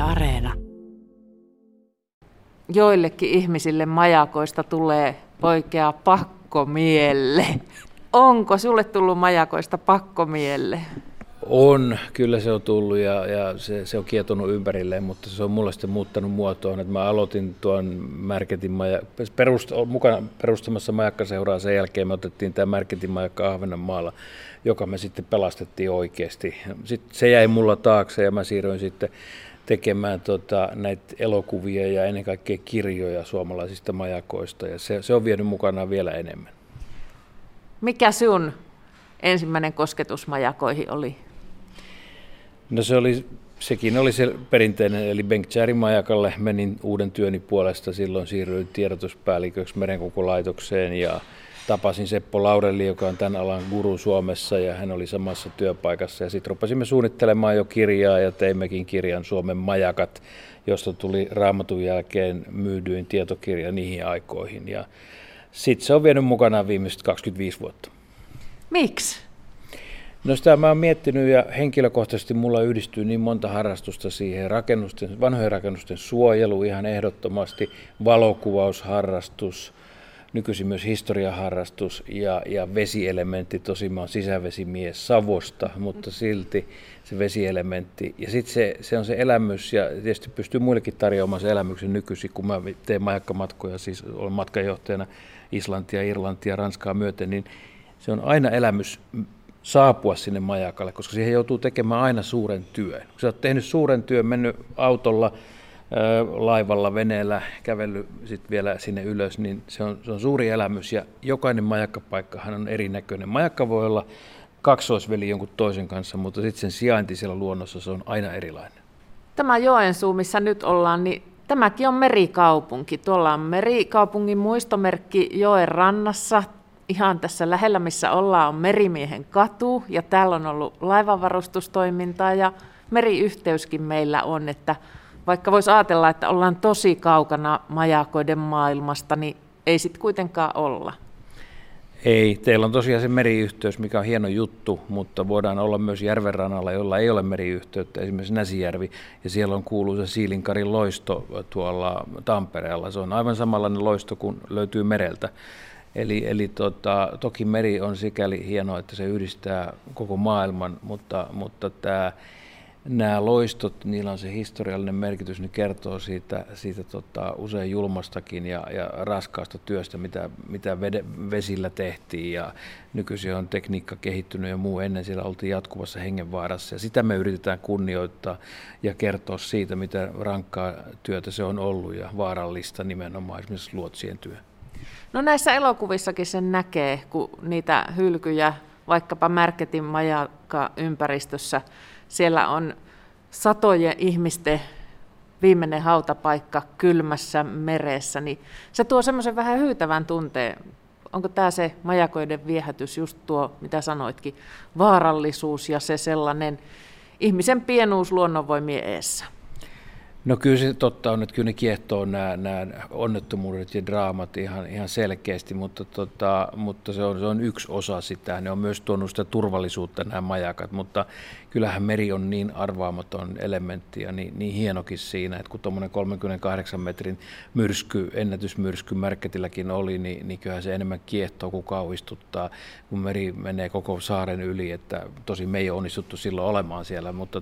Areena. Joillekin ihmisille majakoista tulee oikea pakkomielle. Onko sulle tullut majakoista pakkomielle? On, kyllä se on tullut ja se on kietonut ympärilleen, mutta se on mulle sitten muuttanut muotoon. Että mä aloitin tuon Märketin mukana perustamassa majakkaseuraa, sen jälkeen me otettiin tämä Märketin majakka Ahvenanmaalla, joka me sitten pelastettiin oikeasti. Sitten se jäi mulla taakse ja mä siirryin sitten tekemään näitä elokuvia ja ennen kaikkea kirjoja suomalaisista majakoista ja se on vienyt mukanaan vielä enemmän. Mikä sun ensimmäinen kosketus majakoihin oli? No sekin oli se perinteinen, eli Bengtsäärin majakalle menin uuden työni puolesta. Silloin siirryin tiedotuspäälliköksi Merenkokolaitokseen ja tapasin Seppo Laurelli, joka on tämän alan guru Suomessa ja hän oli samassa työpaikassa. Ja sitten rupesimme suunnittelemaan jo kirjaa ja teimmekin kirjan Suomen majakat, josta tuli Raamatun jälkeen myydyin tietokirja niihin aikoihin. Ja sitten se on vienyt mukanaan viimeiset 25 vuotta. Miksi? No sitä mä oon miettinyt ja henkilökohtaisesti mulla yhdistyy niin monta harrastusta siihen. Vanhojen rakennusten suojelu ihan ehdottomasti, valokuvausharrastus, nykyisin myös historiaharrastus ja vesielementti. Tosin mä oon sisävesimies Savosta, mutta silti se vesielementti. Ja sitten se on se elämys ja tietysti pystyy muillekin tarjoamaan se elämyksen nykyisin, kun mä teen majakkamatkoja, siis olen matkanjohtajana Islantia, Irlantia, Ranskaa myöten, niin se on aina elämys saapua sinne majakalle, koska siihen joutuu tekemään aina suuren työn. Kun sä oot tehnyt suuren työn, mennyt autolla, laivalla, veneellä, kävellyt sitten vielä sinne ylös, niin se on suuri elämys ja jokainen majakkapaikkahan on erinäköinen. Majakka voi olla kaksoisveli jonkun toisen kanssa, mutta sitten sen sijainti siellä luonnossa se on aina erilainen. Tämä Joensuu, missä nyt ollaan, niin tämäkin on merikaupunki. Tuolla on merikaupungin muistomerkki joen rannassa. Ihan tässä lähellä, missä ollaan, on Merimiehen katu ja täällä on ollut laivanvarustustoimintaa ja meriyhteyskin meillä on, että vaikka voisi ajatella, että ollaan tosi kaukana majakoiden maailmasta, niin ei sitten kuitenkaan olla. Ei, teillä on tosiaan se meriyhteys, mikä on hieno juttu, mutta voidaan olla myös järvenrannalla, jolla ei ole meriyhteyttä, esimerkiksi Näsijärvi, ja siellä on kuuluisa Siilinkarin loisto tuolla Tampereella. Se on aivan samanlainen loisto kuin löytyy mereltä. Eli toki meri on sikäli hienoa, että se yhdistää koko maailman, mutta nämä loistot, niillä on se historiallinen merkitys, ne kertoo siitä usein julmastakin ja raskaasta työstä, mitä vesillä tehtiin. Ja nykyisin on tekniikka kehittynyt ja muu, ennen siellä oltiin jatkuvassa hengenvaarassa. Ja sitä me yritetään kunnioittaa ja kertoa siitä, mitä rankkaa työtä se on ollut ja vaarallista nimenomaan esimerkiksi luotsien työ. No näissä elokuvissakin sen näkee, kun niitä hylkyjä, vaikkapa Märketin majakka ympäristössä, siellä on satojen ihmisten viimeinen hautapaikka kylmässä meressä, niin se tuo semmoisen vähän hyytävän tunteen. Onko tämä se majakoiden viehätys, just tuo, mitä sanoitkin, vaarallisuus ja se sellainen ihmisen pienuus luonnonvoimien edessä? No kyllä se totta on, että kyllä ne kiehtoo nämä onnettomuudet ja draamat ihan selkeästi, mutta se on yksi osa sitä. Ne on myös tuonut sitä turvallisuutta nämä majakat, mutta kyllähän meri on niin arvaamaton elementti ja niin hienokin siinä, että kun tuommoinen 38 metrin ennätysmyrsky Märketilläkin oli, niin kyllähän se enemmän kiehtoo kuin kauhistuttaa, kun meri menee koko saaren yli, että tosi me ei ole onnistuttu silloin olemaan siellä, mutta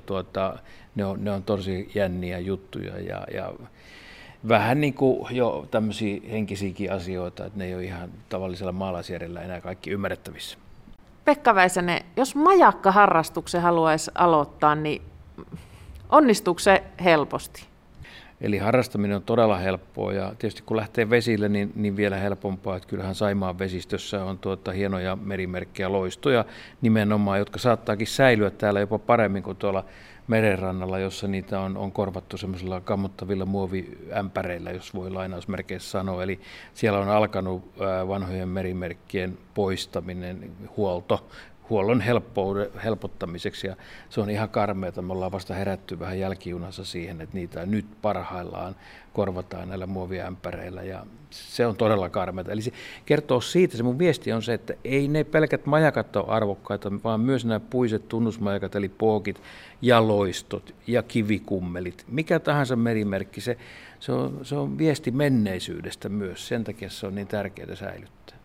ne on tosi jänniä juttuja ja vähän niin kuin jo tämmöisiä henkisiäkin asioita, että ne ei ole ihan tavallisella maalaisjärjellä enää kaikki ymmärrettävissä. Pekka Väisänen, jos majakkaharrastuksen haluaisi aloittaa, niin onnistuuko se helposti? Eli harrastaminen on todella helppoa ja tietysti kun lähtee vesille, niin vielä helpompaa, että kyllähän Saimaan vesistössä on hienoja merimerkkejä, loistoja nimenomaan, jotka saattaakin säilyä täällä jopa paremmin kuin tuolla merenrannalla, jossa niitä on korvattu semmoisilla kammottavilla muoviämpäreillä, jos voi lainausmerkeissä sanoa. Eli siellä on alkanut vanhojen merimerkkien poistaminen, huolto huollon helpottamiseksi, ja se on ihan karmeata. Me ollaan vasta herätty vähän jälkijunassa siihen, että niitä nyt parhaillaan korvataan näillä muoviämpäreillä, ja se on todella karmeata. Eli se kertoo siitä, se mun viesti on se, että ei ne pelkät majakat ole arvokkaita, vaan myös nämä puiset tunnusmajakat, eli pookit ja loistot ja kivikummelit. Mikä tahansa merimerkki, se on viesti menneisyydestä myös, sen takia se on niin tärkeää säilyttää.